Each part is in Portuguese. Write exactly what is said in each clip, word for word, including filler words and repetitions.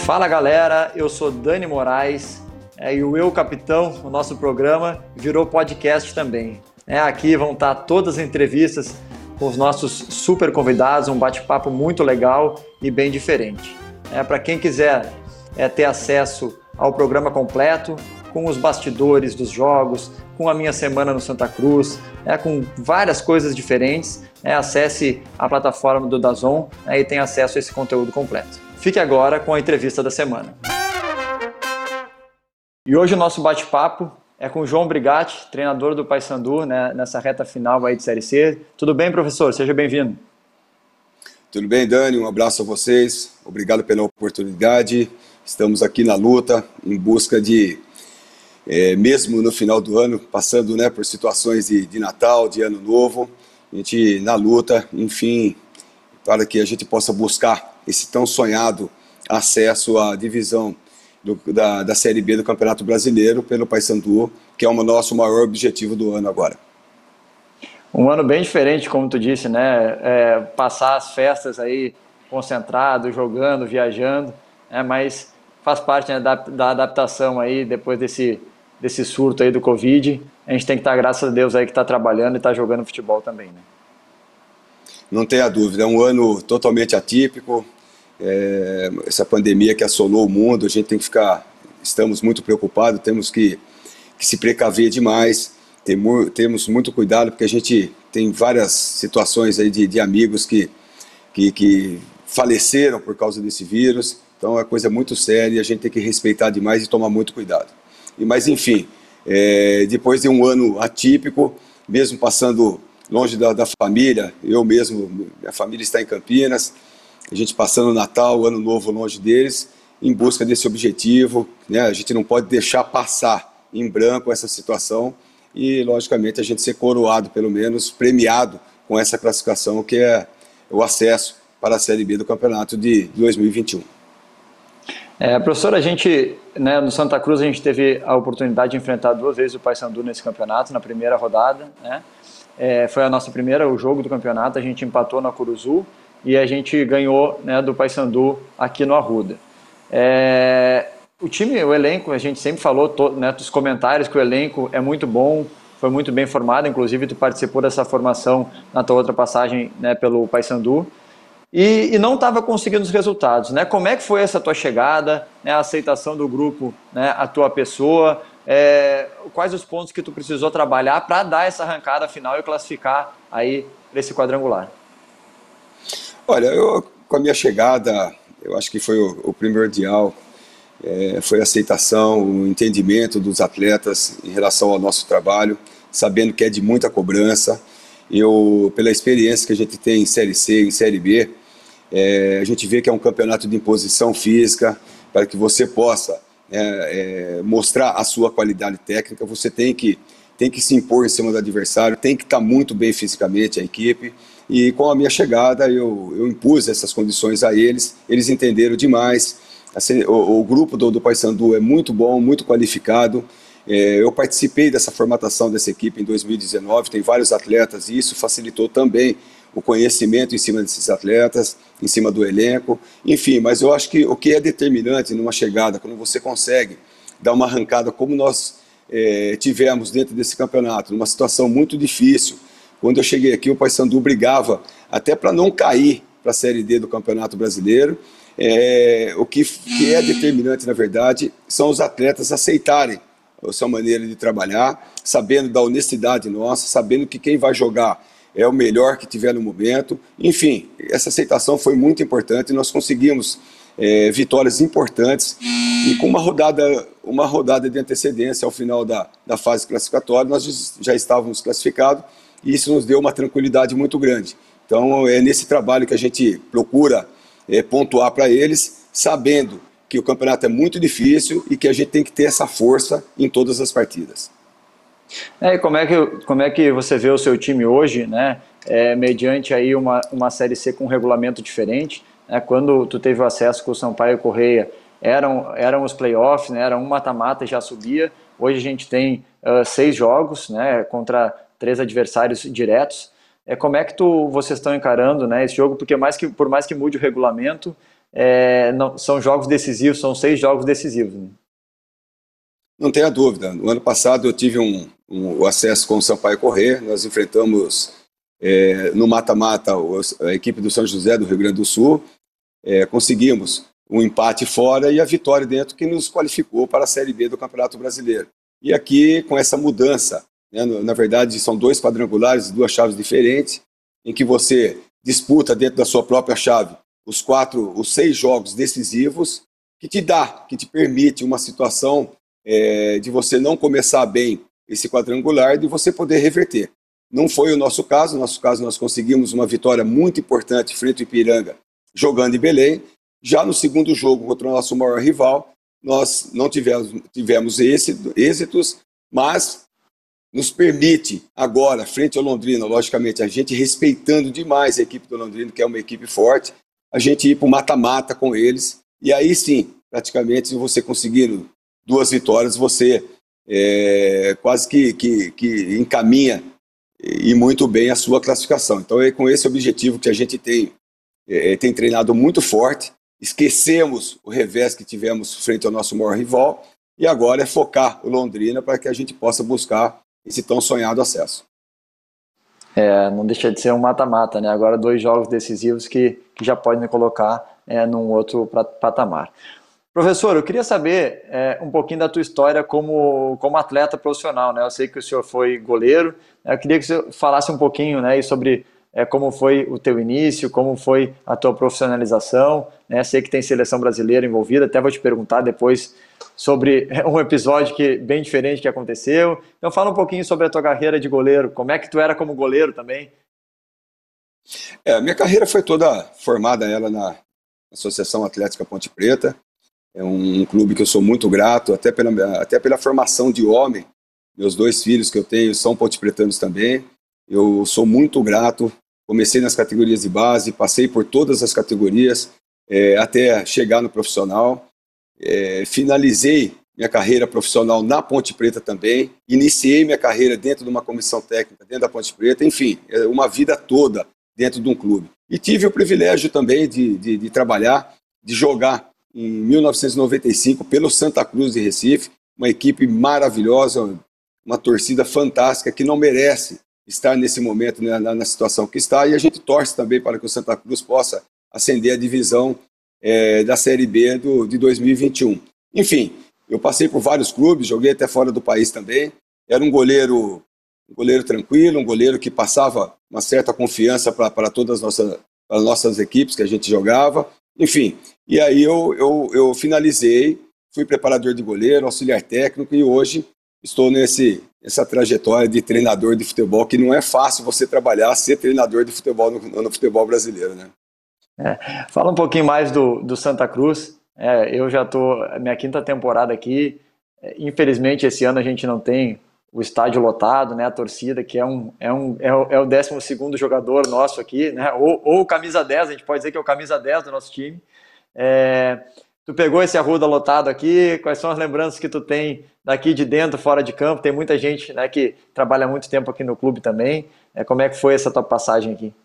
Fala galera, eu sou Dani Moraes é, e o Eu Capitão, o nosso programa, virou podcast também. É, aqui vão estar todas as entrevistas com os nossos super convidados, um bate-papo muito legal e bem diferente. É, para quem quiser é, ter acesso ao programa completo, com os bastidores dos jogos, com a minha semana no Santa Cruz, é, com várias coisas diferentes, é, acesse a plataforma do DAZN é, e tem acesso a esse conteúdo completo. Fique agora com a entrevista da semana. E hoje o nosso bate-papo é com o João Brigatti, treinador do Paysandu, né, nessa reta final aí de Série C. Tudo bem, professor? Seja bem-vindo. Tudo bem, Dani? Um abraço a vocês. Obrigado pela oportunidade. Estamos aqui na luta, em busca de, é, mesmo no final do ano, passando né, por situações de, de Natal, de Ano Novo, a gente na luta, enfim, para que a gente possa buscar esse tão sonhado acesso à divisão do, da, da Série B do Campeonato Brasileiro pelo Paysandu, que é o nosso maior objetivo do ano agora. Um ano bem diferente, como tu disse, né? É, passar as festas aí concentrado, jogando, viajando, né? Mas faz parte né, da, da adaptação aí depois desse, desse surto aí do Covid. A gente tem que estar, graças a Deus, aí que está trabalhando e está jogando futebol também, né? Não tenha dúvida, é um ano totalmente atípico, é, essa pandemia que assolou o mundo, a gente tem que ficar, estamos muito preocupados, temos que, que se precaver demais, tem, temos muito cuidado, porque a gente tem várias situações aí de, de amigos que, que, que faleceram por causa desse vírus, então é coisa muito séria, a gente tem que respeitar demais e tomar muito cuidado. E, mas enfim, é, depois de um ano atípico, mesmo passando longe da, da família, eu mesmo, minha família está em Campinas, a gente passando o Natal, o Ano Novo longe deles, em busca desse objetivo, né? A gente não pode deixar passar em branco essa situação e, logicamente, a gente ser coroado, pelo menos, premiado com essa classificação que é o acesso para a Série B do Campeonato de dois mil e vinte e um. É, professor, a gente, né, no Santa Cruz, a gente teve a oportunidade de enfrentar duas vezes o Paysandu nesse campeonato, na primeira rodada, né? É, foi a nossa primeira, o jogo do campeonato, a gente empatou na Curuzu e a gente ganhou né, do Paysandu aqui no Arruda. É, o time, o elenco, a gente sempre falou to, né, dos comentários que o elenco é muito bom, foi muito bem formado, inclusive tu participou dessa formação na tua outra passagem né, pelo Paysandu e, e não estava conseguindo os resultados. Né? Como é que foi essa tua chegada, né, a aceitação do grupo, né, a tua pessoa? É, quais os pontos que tu precisou trabalhar para dar essa arrancada final e classificar aí esse quadrangular? Olha, eu, com a minha chegada, eu acho que foi o, o primordial, é, foi a aceitação, o entendimento dos atletas em relação ao nosso trabalho, sabendo que é de muita cobrança. Eu, pela experiência que a gente tem em Série C, em Série B, é, a gente vê que é um campeonato de imposição física, para que você possa É, é, mostrar a sua qualidade técnica, você tem que, tem que se impor em cima do adversário, tem que estar muito bem fisicamente a equipe, e com a minha chegada eu, eu impus essas condições a eles, eles entenderam demais, assim, o, o grupo do, do Paysandu é muito bom, muito qualificado, é, eu participei dessa formatação dessa equipe em dois mil e dezenove, tem vários atletas e isso facilitou também o conhecimento em cima desses atletas, em cima do elenco, enfim, mas eu acho que o que é determinante numa chegada, quando você consegue dar uma arrancada como nós é, tivemos dentro desse campeonato, numa situação muito difícil, quando eu cheguei aqui o Paysandu brigava até para não cair para a Série D do Campeonato Brasileiro, é, o que, que é determinante na verdade são os atletas aceitarem a sua maneira de trabalhar, sabendo da honestidade nossa, sabendo que quem vai jogar é o melhor que tiver no momento, enfim, essa aceitação foi muito importante e nós conseguimos é, vitórias importantes e com uma rodada, uma rodada de antecedência ao final da, da fase classificatória, nós já estávamos classificados e isso nos deu uma tranquilidade muito grande. Então é nesse trabalho que a gente procura é, pontuar para eles, sabendo que o campeonato é muito difícil e que a gente tem que ter essa força em todas as partidas. É, e como é que, como é que você vê o seu time hoje, né, é, mediante aí uma, uma Série C com um regulamento diferente, né, quando tu teve o acesso com o Sampaio Corrêa, eram, eram os playoffs, né, era um mata-mata e já subia, hoje a gente tem uh, seis jogos, né, contra três adversários diretos, é, como é que tu, vocês estão encarando né, esse jogo, porque mais que, por mais que mude o regulamento, é, não, são jogos decisivos, são seis jogos decisivos. Né? Não tenha dúvida. No ano passado eu tive um, um, o acesso com o Sampaio Corrêa, nós enfrentamos é, no mata-mata a equipe do São José do Rio Grande do Sul, é, conseguimos um empate fora e a vitória dentro que nos qualificou para a Série B do Campeonato Brasileiro. E aqui, com essa mudança, né, na verdade são dois quadrangulares, duas chaves diferentes, em que você disputa dentro da sua própria chave os quatro, os seis jogos decisivos, que te dá, que te permite uma situação é, de você não começar bem esse quadrangular e de você poder reverter. Não foi o nosso caso, no nosso caso nós conseguimos uma vitória muito importante frente ao Ipiranga, jogando em Belém. Já no segundo jogo contra o nosso maior rival, nós não tivemos, tivemos êxitos, mas nos permite agora, frente ao Londrina, logicamente, a gente respeitando demais a equipe do Londrina, que é uma equipe forte, a gente ir para o mata-mata com eles, e aí sim, praticamente, você conseguindo duas vitórias, você é, quase que, que, que encaminha e muito bem a sua classificação. Então é com esse objetivo que a gente tem, é, tem treinado muito forte, esquecemos o revés que tivemos frente ao nosso maior rival, e agora é focar o Londrina para que a gente possa buscar esse tão sonhado acesso. É, não deixa de ser um mata-mata, né? Agora dois jogos decisivos que, que já podem colocar é, num outro patamar. Professor, eu queria saber é, um pouquinho da tua história como, como atleta profissional, né? Eu sei que o senhor foi goleiro, né? Eu queria que o senhor falasse um pouquinho, né, sobre é, como foi o teu início, como foi a tua profissionalização, né? Sei que tem seleção brasileira envolvida, até vou te perguntar depois sobre um episódio que, bem diferente que aconteceu. Então fala um pouquinho sobre a tua carreira de goleiro, como é que tu era como goleiro também? É, a minha carreira foi toda formada ela na Associação Atlética Ponte Preta. É um, um clube que eu sou muito grato, até pela, até pela formação de homem. Meus dois filhos que eu tenho são pontepretanos também. Eu sou muito grato. Comecei nas categorias de base, passei por todas as categorias, é, até chegar no profissional. É, finalizei minha carreira profissional na Ponte Preta também. Iniciei minha carreira dentro de uma comissão técnica, dentro da Ponte Preta. Enfim, é uma vida toda dentro de um clube. E tive o privilégio também de, de, de trabalhar, de jogar em mil novecentos e noventa e cinco pelo Santa Cruz de Recife, uma equipe maravilhosa, uma torcida fantástica que não merece estar nesse momento, né, na, na situação que está, e a gente torce também para que o Santa Cruz possa ascender a divisão é, da Série B do, de dois mil e vinte e um. Enfim, eu passei por vários clubes, joguei até fora do país também, era um goleiro, um goleiro tranquilo, um goleiro que passava uma certa confiança para todas as nossas, as nossas equipes que a gente jogava. Enfim, e aí eu, eu, eu finalizei, fui preparador de goleiro, auxiliar técnico, e hoje estou nesse, nessa trajetória de treinador de futebol, que não é fácil você trabalhar, ser treinador de futebol no, no futebol brasileiro, né? É, fala um pouquinho mais do, do Santa Cruz. É, eu já estou, minha quinta temporada aqui, é, infelizmente esse ano a gente não tem o estádio lotado, né, a torcida, que é, um, é, um, é, o, é o décimo segundo jogador nosso aqui, né, ou, ou o camisa dez, a gente pode dizer que é o camisa dez do nosso time. É, tu pegou esse Arruda lotado aqui, quais são as lembranças que tu tem daqui de dentro, fora de campo? Tem muita gente, né, que trabalha muito tempo aqui no clube também. É, como é que foi essa tua passagem aqui?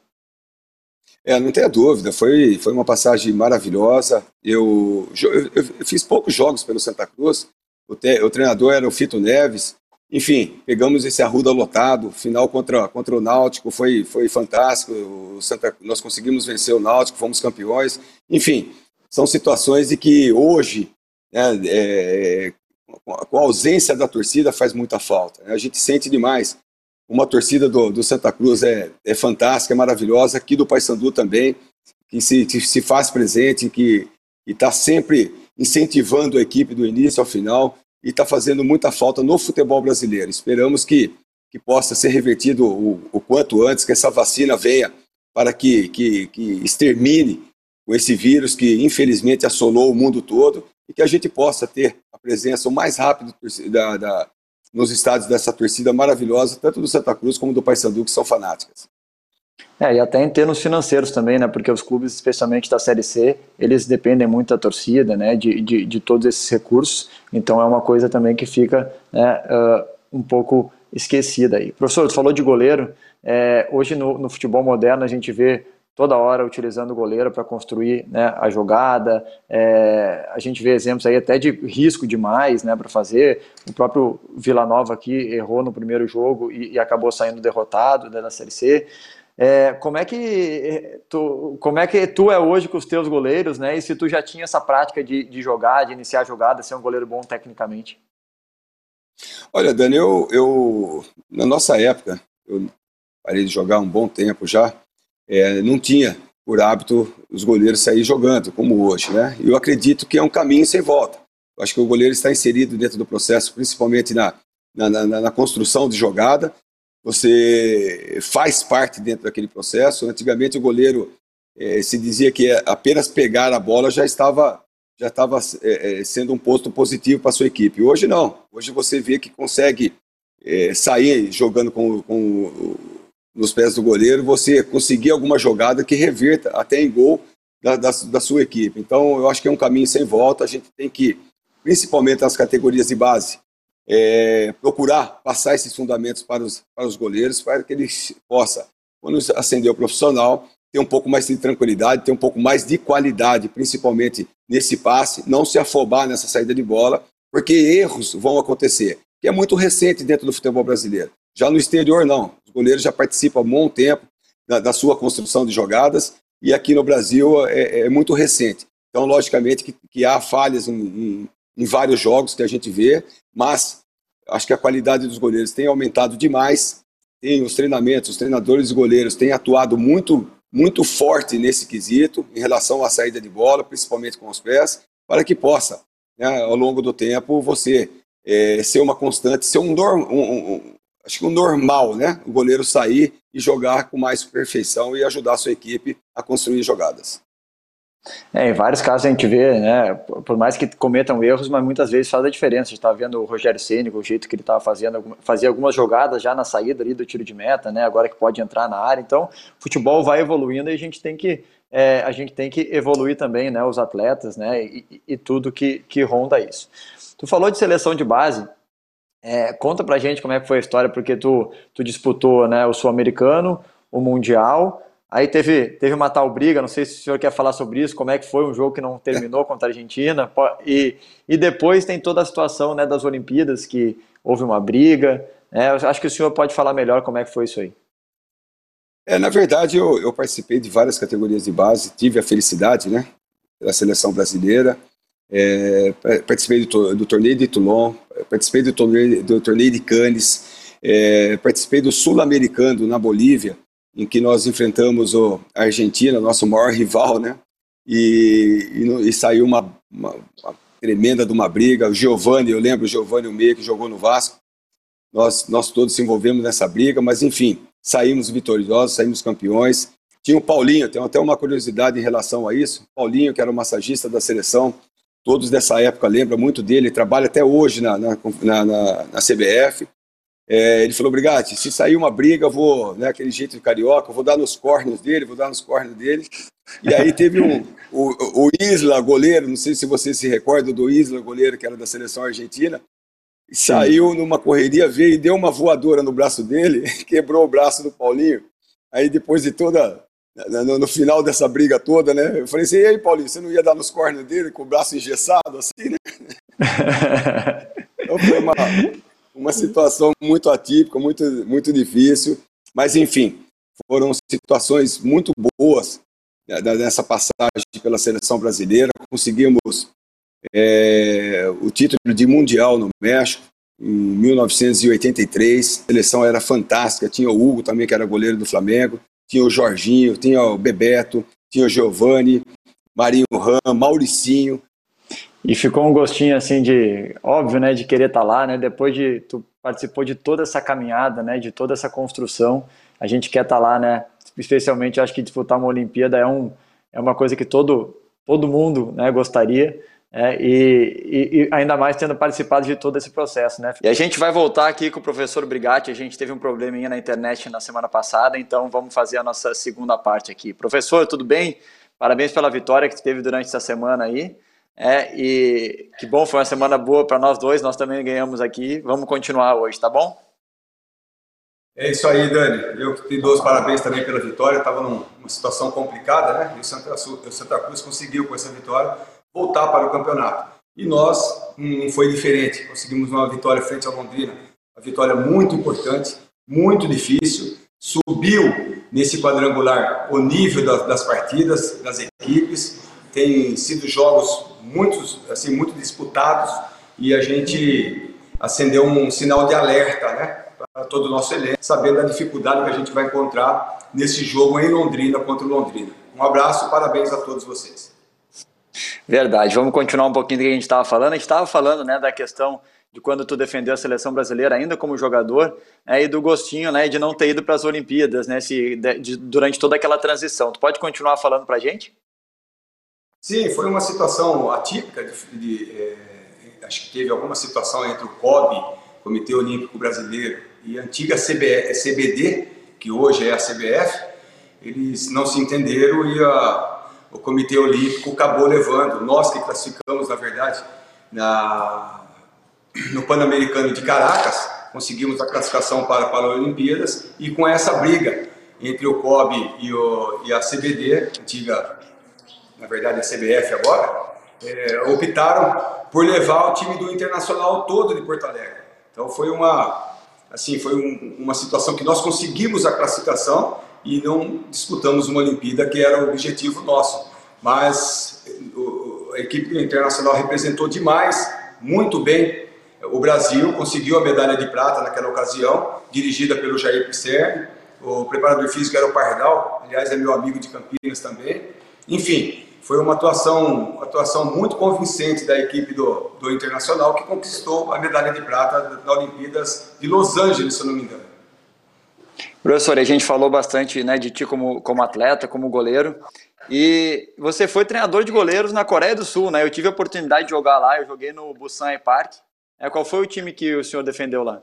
É, não tenha dúvida, foi, foi uma passagem maravilhosa. Eu, eu, eu fiz poucos jogos pelo Santa Cruz, o, te, o treinador era o Fito Neves. Enfim, pegamos esse Arruda lotado, final contra, contra o Náutico, foi, foi fantástico, o Santa, nós conseguimos vencer o Náutico, fomos campeões. Enfim, são situações de que hoje, né, é, com a ausência da torcida, faz muita falta. A gente sente demais. Uma torcida do, do Santa Cruz é, é fantástica, é maravilhosa, aqui do Paysandu também, que se, que se faz presente, que está sempre incentivando a equipe do início ao final, e está fazendo muita falta no futebol brasileiro. Esperamos que, que possa ser revertido o, o quanto antes, que essa vacina venha para que, que, que extermine com esse vírus que infelizmente assolou o mundo todo, e que a gente possa ter a presença o mais rápido da, da, nos estádios dessa torcida maravilhosa, tanto do Santa Cruz como do Paysandu, que são fanáticas. É, e até em termos financeiros também, né? Porque os clubes, especialmente da Série C, eles dependem muito da torcida, né? De, de, de todos esses recursos. Então é uma coisa também que fica, né, uh, um pouco esquecida aí. Professor, tu falou de goleiro. É, hoje no, no futebol moderno a gente vê toda hora utilizando o goleiro para construir, né, a jogada. É, a gente vê exemplos aí até de risco demais, né, para fazer. O próprio Vila Nova aqui errou no primeiro jogo e, e acabou saindo derrotado, né, da Série C. É, como é que tu, como é que tu é hoje com os teus goleiros, né? E se tu já tinha essa prática de, de jogar, de iniciar a jogada, ser um goleiro bom tecnicamente? Olha, Dani, eu, eu na nossa época, eu parei de jogar há um bom tempo já, é, não tinha por hábito os goleiros sair jogando, como hoje, né? E eu acredito que é um caminho sem volta. Eu acho que o goleiro está inserido dentro do processo, principalmente na, na, na, na construção de jogada. Você faz parte dentro daquele processo. Antigamente o goleiro é, se dizia que apenas pegar a bola já estava já estava é, sendo um ponto positivo para a sua equipe. Hoje não. Hoje você vê que consegue é, sair jogando com, com nos pés do goleiro, você conseguir alguma jogada que reverta até em gol da, da, da sua equipe. Então eu acho que é um caminho sem volta. A gente tem que, principalmente nas categorias de base, É, procurar passar esses fundamentos para os, para os goleiros, para que eles possam, quando ascender o profissional, ter um pouco mais de tranquilidade, ter um pouco mais de qualidade, principalmente nesse passe, não se afobar nessa saída de bola, porque erros vão acontecer, que é muito recente dentro do futebol brasileiro. Já no exterior, não. Os goleiros já participam há um bom tempo da, da sua construção de jogadas, e aqui no Brasil é, é muito recente. Então, logicamente, que, que há falhas em, em em vários jogos que a gente vê, mas acho que a qualidade dos goleiros tem aumentado demais, tem os treinamentos, os treinadores e goleiros têm atuado muito, muito forte nesse quesito, em relação à saída de bola, principalmente com os pés, para que possa, né, ao longo do tempo, você é, ser uma constante, ser um, um, um, acho que um normal, né, o goleiro sair e jogar com mais perfeição e ajudar a sua equipe a construir jogadas. É, em vários casos a gente vê, né, por mais que cometam erros, mas muitas vezes faz a diferença. A gente estava vendo o Rogério Ceni, o jeito que ele estava fazendo, fazia algumas jogadas já na saída ali do tiro de meta, né, agora que pode entrar na área. Então, o futebol vai evoluindo e a gente tem que, é, a gente tem que evoluir também, né, os atletas, né, e, e tudo que, que ronda isso. Tu falou de seleção de base, é, conta pra gente como é que foi a história, porque tu, tu disputou, né, o Sul-Americano, o Mundial. Aí teve, teve uma tal briga, não sei se o senhor quer falar sobre isso, como é que foi um jogo que não terminou contra a Argentina, e, e depois tem toda a situação, né, das Olimpíadas, que houve uma briga, né, eu acho que o senhor pode falar melhor como é que foi isso aí. É, na verdade, eu, eu participei de várias categorias de base, tive a felicidade, né, da seleção brasileira, é, participei do, do torneio de Toulon, participei do torneio, do torneio de Cannes, é, participei do Sul-Americano na Bolívia, em que nós enfrentamos o, a Argentina, nosso maior rival, né? E, e, e saiu uma, uma, uma tremenda de uma briga. O Giovani, eu lembro o Giovani, o meia que jogou no Vasco, nós, nós todos se envolvemos nessa briga, mas enfim, saímos vitoriosos, saímos campeões. Tinha o Paulinho, tem até uma curiosidade em relação a isso. Paulinho, que era o massagista da seleção, todos dessa época lembram muito dele, trabalha até hoje na, na, na, na, na C B F. É, ele falou, Brigatti, se sair uma briga, eu vou, né, aquele jeito de carioca, eu vou dar nos cornos dele, vou dar nos cornos dele. E aí teve um, o, o Isla, goleiro, não sei se você se recorda do Isla, goleiro, que era da seleção argentina, saiu numa correria, veio e deu uma voadora no braço dele, quebrou o braço do Paulinho. Aí depois de toda, no, no final dessa briga toda, né, eu falei assim, e aí, Paulinho, você não ia dar nos cornos dele com o braço engessado, assim, né? Então foi uma... uma situação muito atípica, muito, muito difícil, mas enfim, foram situações muito boas, né, nessa passagem pela seleção brasileira. Conseguimos é, o título de Mundial no México em mil novecentos e oitenta e três, a seleção era fantástica, tinha o Hugo também, que era goleiro do Flamengo, tinha o Jorginho, tinha o Bebeto, tinha o Giovani, Marinho Ram, Mauricinho. E ficou um gostinho assim de, óbvio, né, de querer estar lá, né, depois de tu participou de toda essa caminhada, né, de toda essa construção, a gente quer estar lá, né, especialmente acho que disputar uma Olimpíada é, um, é uma coisa que todo, todo mundo, né, gostaria, é, e, e ainda mais tendo participado de todo esse processo, né. E a gente vai voltar aqui com o professor Brigatti, a gente teve um probleminha na internet na semana passada, então vamos fazer a nossa segunda parte aqui. Professor, tudo bem? Parabéns pela vitória que teve durante essa semana aí. É, e que bom, foi uma semana boa para nós dois, nós também ganhamos aqui, vamos continuar hoje, tá bom? É isso aí, Dani. Eu te dou os parabéns também pela vitória. Estava numa situação complicada, né? E o Santa, o Santa Cruz conseguiu, com essa vitória, voltar para o campeonato. E nós, não foi diferente. Conseguimos uma vitória frente ao Londrina. Uma vitória muito importante, muito difícil. Subiu nesse quadrangular o nível das, das partidas, das equipes. Tem sido jogos muito, assim, muito disputados. E a gente acendeu um sinal de alerta, né? Para todo o nosso elenco, sabendo da dificuldade que a gente vai encontrar nesse jogo em Londrina contra o Londrina. Um abraço, parabéns a todos vocês. Verdade, vamos continuar um pouquinho do que a gente estava falando. A gente estava falando, né, da questão de quando tu defendeu a seleção brasileira ainda como jogador, né, e do gostinho, né, de não ter ido para as Olimpíadas, né, se, de, de, durante toda aquela transição. Tu pode continuar falando para a gente? Sim, foi uma situação atípica. De, de, é, acho que teve alguma situação entre o C O B, Comitê Olímpico Brasileiro, e a antiga C B D, que hoje é a C B F. Eles não se entenderam e a, o Comitê Olímpico acabou levando, nós que classificamos, na verdade, na, no Pan-Americano de Caracas, conseguimos a classificação para, para as Olimpíadas, e com essa briga entre o C O B e, o, e a C B D, antiga, na verdade a C B F agora, é, optaram por levar o time do Internacional todo de Porto Alegre. Então foi uma, assim, foi um, uma situação que nós conseguimos a classificação e não disputamos uma Olimpíada, que era o objetivo nosso. Mas o, a equipe internacional representou demais, muito bem, o Brasil, conseguiu a medalha de prata naquela ocasião, dirigida pelo Jair Pisserni. O preparador físico era o Pardal, aliás é meu amigo de Campinas também. Enfim, foi uma atuação, uma atuação muito convincente da equipe do, do Internacional, que conquistou a medalha de prata na Olimpíadas de Los Angeles, se eu não me engano. Professor, a gente falou bastante, né, de ti como, como atleta, como goleiro, e você foi treinador de goleiros na Coreia do Sul, né? Eu tive a oportunidade de jogar lá, eu joguei no Busan Park. É, qual foi o time que o senhor defendeu lá?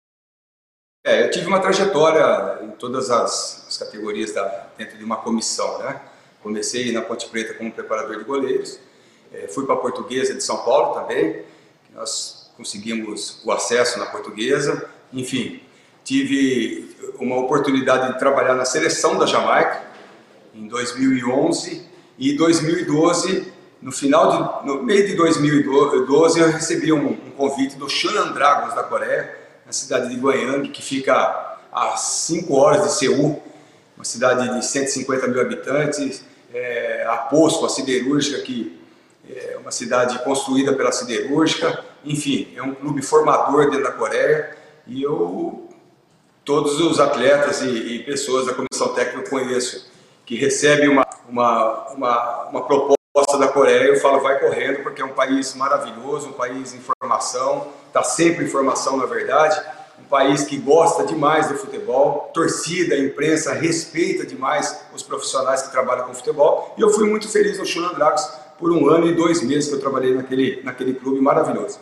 É, eu tive uma trajetória em todas as, as categorias da, dentro de uma comissão, né? Comecei na Ponte Preta como preparador de goleiros, é, fui para a Portuguesa de São Paulo também, nós conseguimos o acesso na Portuguesa, enfim, tive uma oportunidade de trabalhar na seleção da Jamaica em dois mil e onze e dois mil e doze, no final de, no meio de dois mil e doze, eu recebi um, um convite do Shannon Dragons da Coreia, na cidade de Gwangyang, que fica a cinco horas de Seul, uma cidade de cento e cinquenta mil habitantes, é, a POSCO, a siderúrgica, que é uma cidade construída pela siderúrgica, enfim, é um clube formador dentro da Coreia, e eu, todos os atletas e, e pessoas da comissão técnica que eu conheço, que recebem uma, uma, uma, uma proposta da Coreia, eu falo, vai correndo, porque é um país maravilhoso, um país em formação, está sempre em formação, na verdade, um país que gosta demais do futebol, torcida, imprensa respeita demais os profissionais que trabalham com futebol, e eu fui muito feliz no Shannon Dragons por um ano e dois meses que eu trabalhei naquele, naquele clube maravilhoso.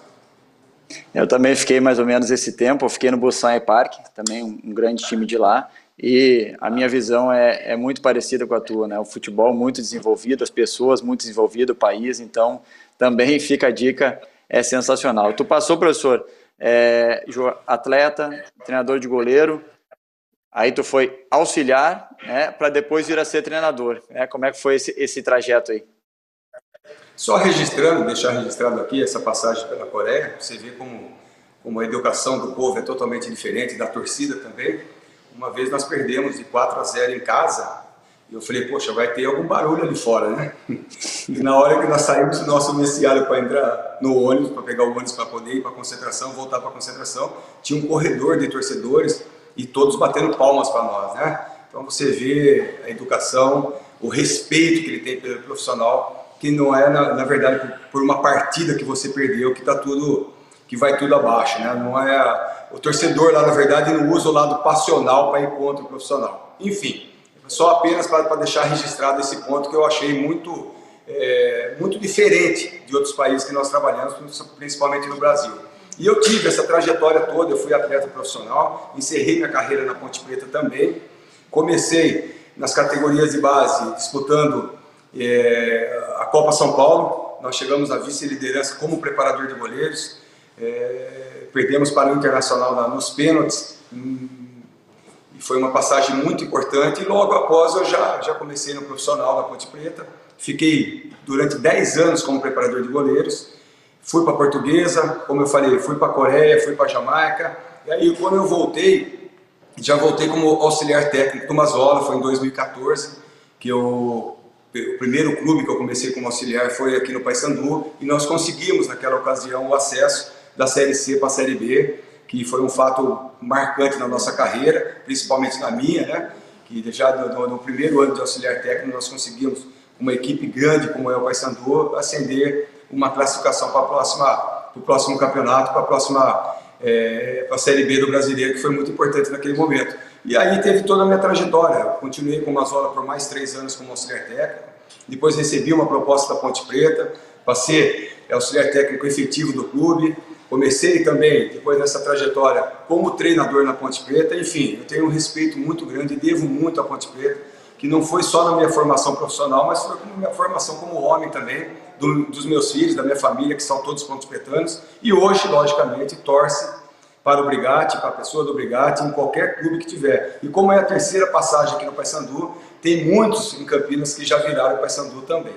Eu também fiquei mais ou menos esse tempo, eu fiquei no Busan Park, também um, um grande time de lá, e a minha visão é, é muito parecida com a tua, né? O futebol muito desenvolvido, as pessoas muito desenvolvidas, o país, então também fica a dica, é sensacional. Tu passou, professor, é, atleta, treinador de goleiro, aí tu foi auxiliar, né, para depois vir a ser treinador, né? Como é que foi esse, esse trajeto aí? Só registrando, deixar registrado aqui essa passagem pela Coreia, você vê como, como a educação do povo é totalmente diferente, da torcida também. Uma vez nós perdemos de quatro a zero em casa, e eu falei, poxa, vai ter algum barulho ali fora, né? E na hora que nós saímos do nosso vestiário para entrar no ônibus, para pegar o ônibus para poder ir para a concentração, voltar para a concentração, tinha um corredor de torcedores e todos batendo palmas para nós, né? Então você vê a educação, o respeito que ele tem pelo profissional, que não é, na, na verdade, por, por uma partida que você perdeu, que tá tudo, que vai tudo abaixo, né? Não é, o torcedor lá, na verdade, não usa o lado passional para ir contra o profissional. Enfim, só apenas para deixar registrado esse ponto que eu achei muito, é, muito diferente de outros países que nós trabalhamos, principalmente no Brasil. E eu tive essa trajetória toda, eu fui atleta profissional, encerrei minha carreira na Ponte Preta também, comecei nas categorias de base, disputando é, a Copa São Paulo, nós chegamos à vice-liderança como preparador de goleiros, é, perdemos para o Internacional nos pênaltis, e foi uma passagem muito importante. E logo após eu já, já comecei no profissional da Ponte Preta, fiquei durante dez anos como preparador de goleiros, fui para a Portuguesa, como eu falei, fui para a Coreia, fui para a Jamaica, e aí quando eu voltei, já voltei como auxiliar técnico do Mazola, foi em dois mil e quatorze, que eu, o primeiro clube que eu comecei como auxiliar foi aqui no Paysandu, e nós conseguimos naquela ocasião o acesso da Série C para a Série B, que foi um fato marcante na nossa carreira, principalmente na minha, né? Que já no, no primeiro ano de auxiliar técnico nós conseguimos, uma equipe grande como é o Paysandu, ascender uma classificação para a próxima, para o próximo campeonato, para a próxima, é, para a Série B do Brasileiro, que foi muito importante naquele momento. E aí teve toda a minha trajetória. Eu continuei com o Mazola por mais três anos como auxiliar técnico, depois recebi uma proposta da Ponte Preta para ser auxiliar técnico efetivo do clube. Comecei também, depois dessa trajetória, como treinador na Ponte Preta. Enfim, eu tenho um respeito muito grande e devo muito à Ponte Preta, que não foi só na minha formação profissional, mas foi como minha formação como homem também, do, dos meus filhos, da minha família, que são todos ponte-pretanos, e hoje, logicamente, torce para o Brigatti, para a pessoa do Brigatti, em qualquer clube que tiver. E como é a terceira passagem aqui no Paysandu, tem muitos em Campinas que já viraram Paysandu também.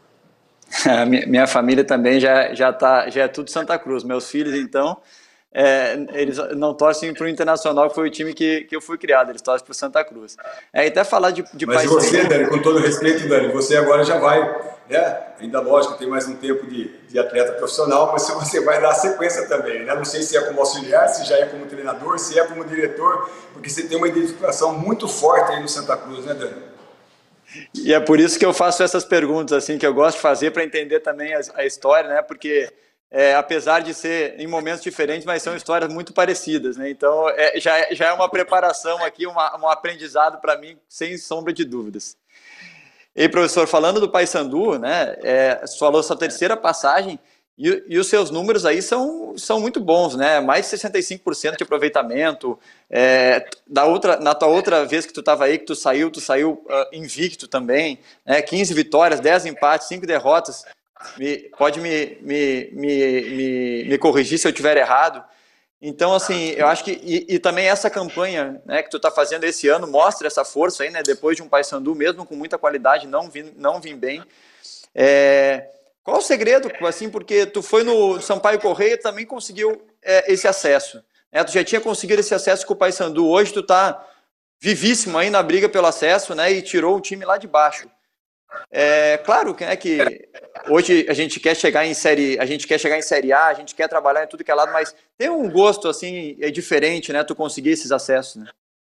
A minha família também já, já, tá, já é tudo Santa Cruz. Meus filhos, então, é, eles não torcem para o Internacional, que foi o time que, que eu fui criado, eles torcem para o Santa Cruz. É, até falar de, de Mas você, Dani, com todo respeito, Dani, você agora já vai, né? Ainda lógico, tem mais um tempo de, de atleta profissional, mas você vai dar a sequência também, né? Não sei se é como auxiliar, se já é como treinador, se é como diretor, porque você tem uma identificação muito forte aí no Santa Cruz, né, Dani? E é por isso que eu faço essas perguntas, assim, que eu gosto de fazer para entender também a, a história, né? Porque é, apesar de ser em momentos diferentes, mas são histórias muito parecidas, né? Então é, já, já é uma preparação aqui, uma, um aprendizado para mim, sem sombra de dúvidas. E professor, falando do Paysandu, né? É, você falou sua terceira passagem e, e os seus números aí são, são muito bons, né? Mais de sessenta e cinco por cento de aproveitamento. É, da outra, na tua outra vez que tu estava aí, que tu saiu, tu saiu uh, invicto também, né? quinze vitórias, dez empates, cinco derrotas. Me, pode me, me, me, me, me corrigir se eu estiver errado. Então, assim, eu acho que... E, e também essa campanha, né, que tu está fazendo esse ano mostra essa força aí, né? Depois de um Paysandu, mesmo com muita qualidade, não vim, não vim bem. É, qual o segredo, assim, porque tu foi no Sampaio Corrêa e também conseguiu é, esse acesso. É, tu já tinha conseguido esse acesso com o Paysandu, hoje tu tá vivíssimo aí na briga pelo acesso, né, e tirou o time lá de baixo. É claro que, é que hoje a gente quer chegar em série, a gente quer chegar em série A, a gente quer trabalhar em tudo que é lado, mas tem um gosto assim é diferente, né, tu conseguir esses acessos, né?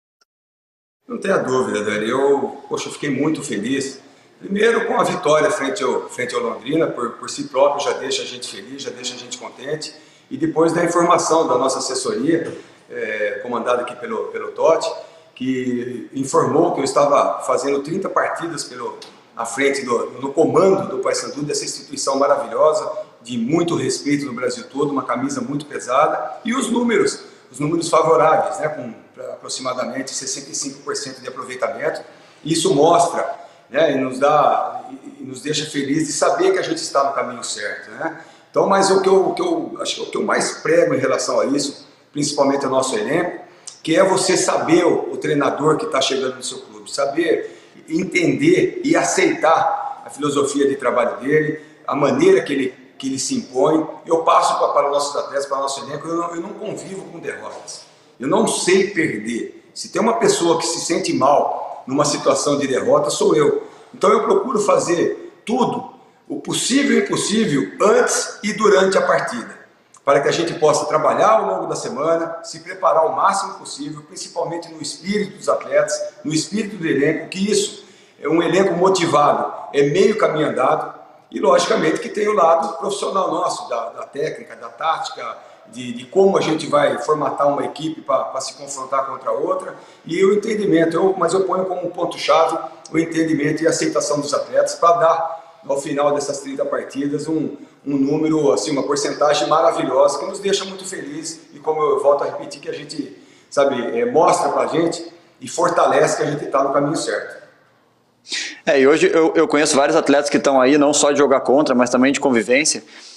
Não tenha dúvida, Dani. Eu, poxa, eu fiquei muito feliz. Primeiro com a vitória frente ao, frente ao Londrina, por, por si próprio já deixa a gente feliz, já deixa a gente contente. E depois da informação da nossa assessoria, é, comandada aqui pelo, pelo Totti, que informou que eu estava fazendo trinta partidas pelo, à frente, do, no comando do Paysandu, dessa instituição maravilhosa, de muito respeito no Brasil todo, uma camisa muito pesada, e os números, os números favoráveis, né, com aproximadamente sessenta e cinco por cento de aproveitamento. Isso mostra, né, e nos dá, e nos deixa felizes de saber que a gente está no caminho certo, né? Então, mas o que eu, o que eu acho que o que eu mais prego em relação a isso, principalmente ao nosso elenco, que é você saber o, o treinador que está chegando no seu clube, saber entender e aceitar a filosofia de trabalho dele, a maneira que ele, que ele se impõe. Eu passo para, para os nossos atletas, para o nosso elenco, eu não, eu não convivo com derrotas. Eu não sei perder. Se tem uma pessoa que se sente mal numa situação de derrota, sou eu. Então eu procuro fazer tudo, o possível e impossível, antes e durante a partida, para que a gente possa trabalhar ao longo da semana, se preparar o máximo possível, principalmente no espírito dos atletas, no espírito do elenco, que isso é um elenco motivado, é meio caminho andado, e logicamente que tem o lado profissional nosso, da, da técnica, da tática, de, de como a gente vai formatar uma equipe para se confrontar contra a outra, e o entendimento, eu, mas eu ponho como ponto-chave o entendimento e a aceitação dos atletas para dar, ao final dessas trinta partidas, um, um número, assim, uma porcentagem maravilhosa, que nos deixa muito felizes, e como eu volto a repetir, que a gente, sabe, é, mostra para a gente e fortalece que a gente está no caminho certo. É, e hoje eu, eu conheço vários atletas que estão aí, não só de jogar contra, mas também de convivência,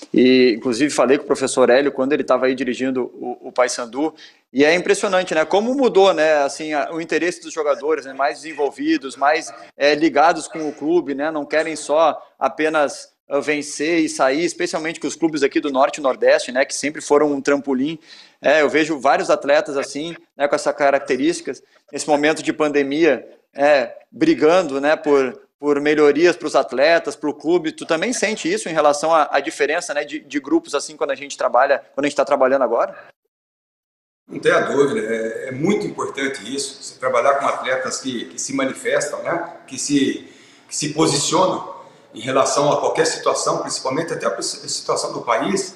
E, inclusive, falei com o professor Hélio quando ele estava aí dirigindo o, o Paysandu, e é impressionante, né? Como mudou, né? Assim, a, o interesse dos jogadores, né? Mais desenvolvidos, mais é, ligados com o clube, né? Não querem só apenas uh, vencer e sair, especialmente com os clubes aqui do Norte e Nordeste, né? Que sempre foram um trampolim. É, eu vejo vários atletas assim, né? Com essas características, nesse momento de pandemia, é, brigando, né? Por por melhorias para os atletas, para o clube. Tu também sente isso em relação à, à diferença, né, de, de grupos assim quando a gente trabalha, quando a gente está trabalhando agora? Não tenha dúvida, é, é muito importante isso, você trabalhar com atletas que, que se manifestam, né? que, se, que se posicionam em relação a qualquer situação, principalmente até a situação do país,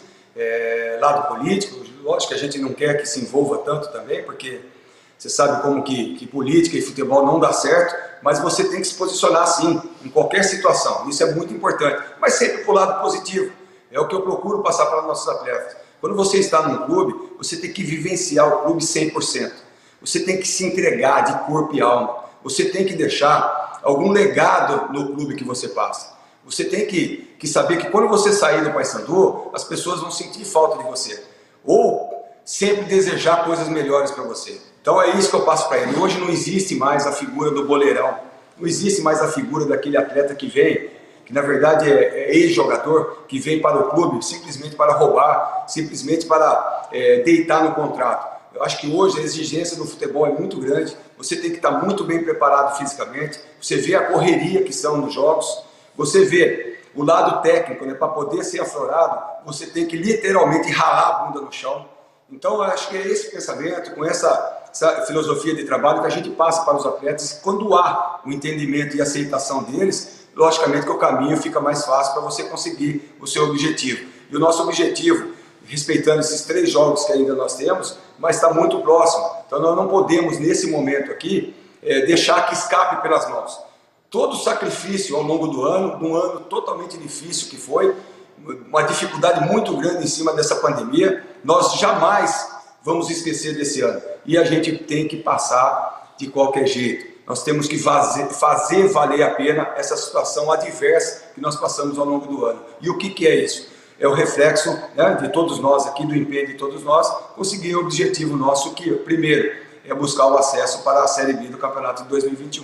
é, lado político. Lógico que a gente não quer que se envolva tanto também, porque você sabe como que, que política e futebol não dá certo, mas você tem que se posicionar sim, em qualquer situação, isso é muito importante, mas sempre para o lado positivo, é o que eu procuro passar para os nossos atletas. Quando você está num clube, você tem que vivenciar o clube cem por cento, você tem que se entregar de corpo e alma, você tem que deixar algum legado no clube que você passa, você tem que, que saber que quando você sair do Paysandu, as pessoas vão sentir falta de você, ou sempre desejar coisas melhores para você. Então é isso que eu passo para ele. Hoje não existe mais a figura do boleirão, não existe mais a figura daquele atleta que vem, que na verdade é, é ex-jogador, que vem para o clube simplesmente para roubar, simplesmente para é, deitar no contrato. Eu acho que hoje a exigência do futebol é muito grande, você tem que estar muito bem preparado fisicamente, você vê a correria que são nos jogos, você vê o lado técnico, né, para poder ser aflorado, você tem que literalmente ralar a bunda no chão. Então eu acho que é esse pensamento, com essa essa filosofia de trabalho que a gente passa para os atletas. Quando há o entendimento e aceitação deles, logicamente que o caminho fica mais fácil para você conseguir o seu objetivo. E o nosso objetivo, respeitando esses três jogos que ainda nós temos, mas está muito próximo. Então nós não podemos, nesse momento aqui, é, deixar que escape pelas mãos. Todo o sacrifício ao longo do ano, um ano totalmente difícil que foi, uma dificuldade muito grande em cima dessa pandemia, nós jamais vamos esquecer desse ano. E a gente tem que passar de qualquer jeito. Nós temos que fazer, fazer valer a pena essa situação adversa que nós passamos ao longo do ano. E o que, que é isso? É o reflexo, né, de todos nós aqui, do empenho de todos nós, conseguir o objetivo nosso, que primeiro é buscar o acesso para a Série B do Campeonato de dois mil e vinte e um.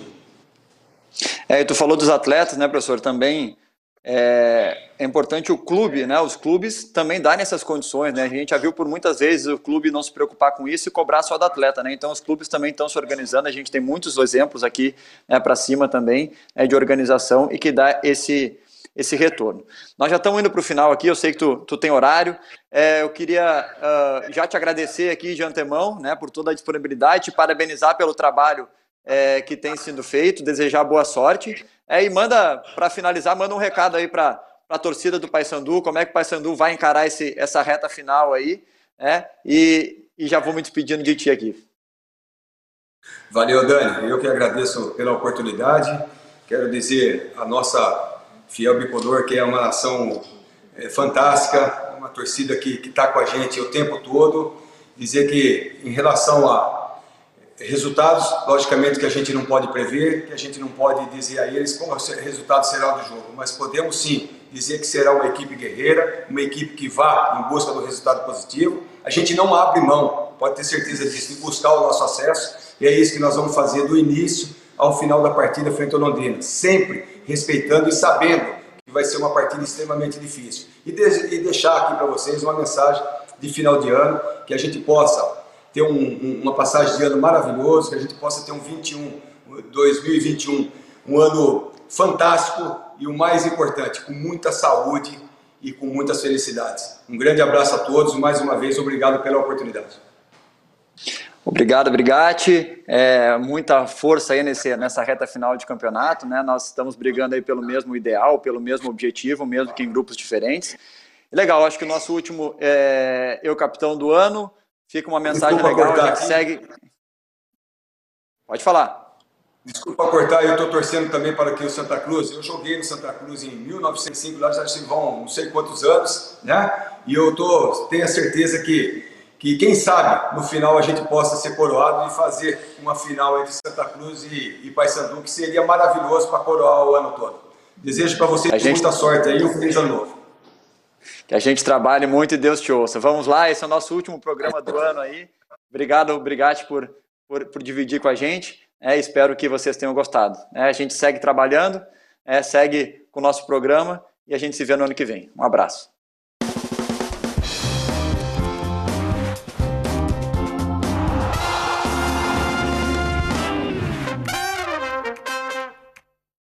É, tu falou dos atletas, né, professor? Também é, é importante o clube, né, os clubes também darem essas condições, né? A gente já viu por muitas vezes o clube não se preocupar com isso e cobrar só do atleta, né? Então os clubes também estão se organizando, a gente tem muitos exemplos aqui, né, para cima também, né, de organização e que dá esse, esse retorno. Nós já estamos indo para o final aqui, eu sei que tu, tu tem horário, é, eu queria uh, já te agradecer aqui de antemão, né, por toda a disponibilidade, te parabenizar pelo trabalho é, que tem sido feito, desejar boa sorte. É, e manda, para finalizar, manda um recado aí para a torcida do Paysandu, como é que o Paysandu vai encarar esse, essa reta final aí, né? E, e já vou me despedindo de ti aqui. Valeu, Dani. Eu que agradeço pela oportunidade. Quero dizer a nossa fiel bicolor que é uma nação é, fantástica, uma torcida que está com a gente o tempo todo. Dizer que, em relação a resultados, logicamente que a gente não pode prever, que a gente não pode dizer a eles como o resultado será do jogo, mas podemos sim dizer que será uma equipe guerreira, uma equipe que vá em busca do resultado positivo. A gente não abre mão, pode ter certeza disso, de buscar o nosso acesso, e é isso que nós vamos fazer do início ao final da partida frente ao Londrina, sempre respeitando e sabendo que vai ser uma partida extremamente difícil. E, de, e deixar aqui para vocês uma mensagem de final de ano, que a gente possa ter um, um, uma passagem de ano maravilhoso, que a gente possa ter um vinte e um, dois mil e vinte e um, um ano fantástico e o mais importante, com muita saúde e com muitas felicidades. Um grande abraço a todos e mais uma vez obrigado pela oportunidade. Obrigado, Brigatti. É, muita força aí nesse, nessa reta final de campeonato, né? Nós estamos brigando aí pelo mesmo ideal, pelo mesmo objetivo, mesmo que em grupos diferentes. Legal, acho que o nosso último é eu capitão do ano. Fica uma mensagem Desculpa legal, cortar a gente aqui. segue. Pode falar. Desculpa cortar, eu estou torcendo também para que o Santa Cruz, eu joguei no Santa Cruz em mil novecentos e cinco, lá já se vão não sei quantos anos, né? E eu tô, tenho a certeza que, que, quem sabe, no final a gente possa ser coroado e fazer uma final entre Santa Cruz e, e Paysandu, que seria maravilhoso para coroar o ano todo. Desejo para vocês A gente... muita sorte aí e um feliz ano novo. Que a gente trabalhe muito e Deus te ouça. Vamos lá, esse é o nosso último programa do ano aí. Obrigado, Brigatti, por, por, por dividir com a gente. É, espero que vocês tenham gostado. É, a gente segue trabalhando, é, segue com o nosso programa e a gente se vê no ano que vem. Um abraço.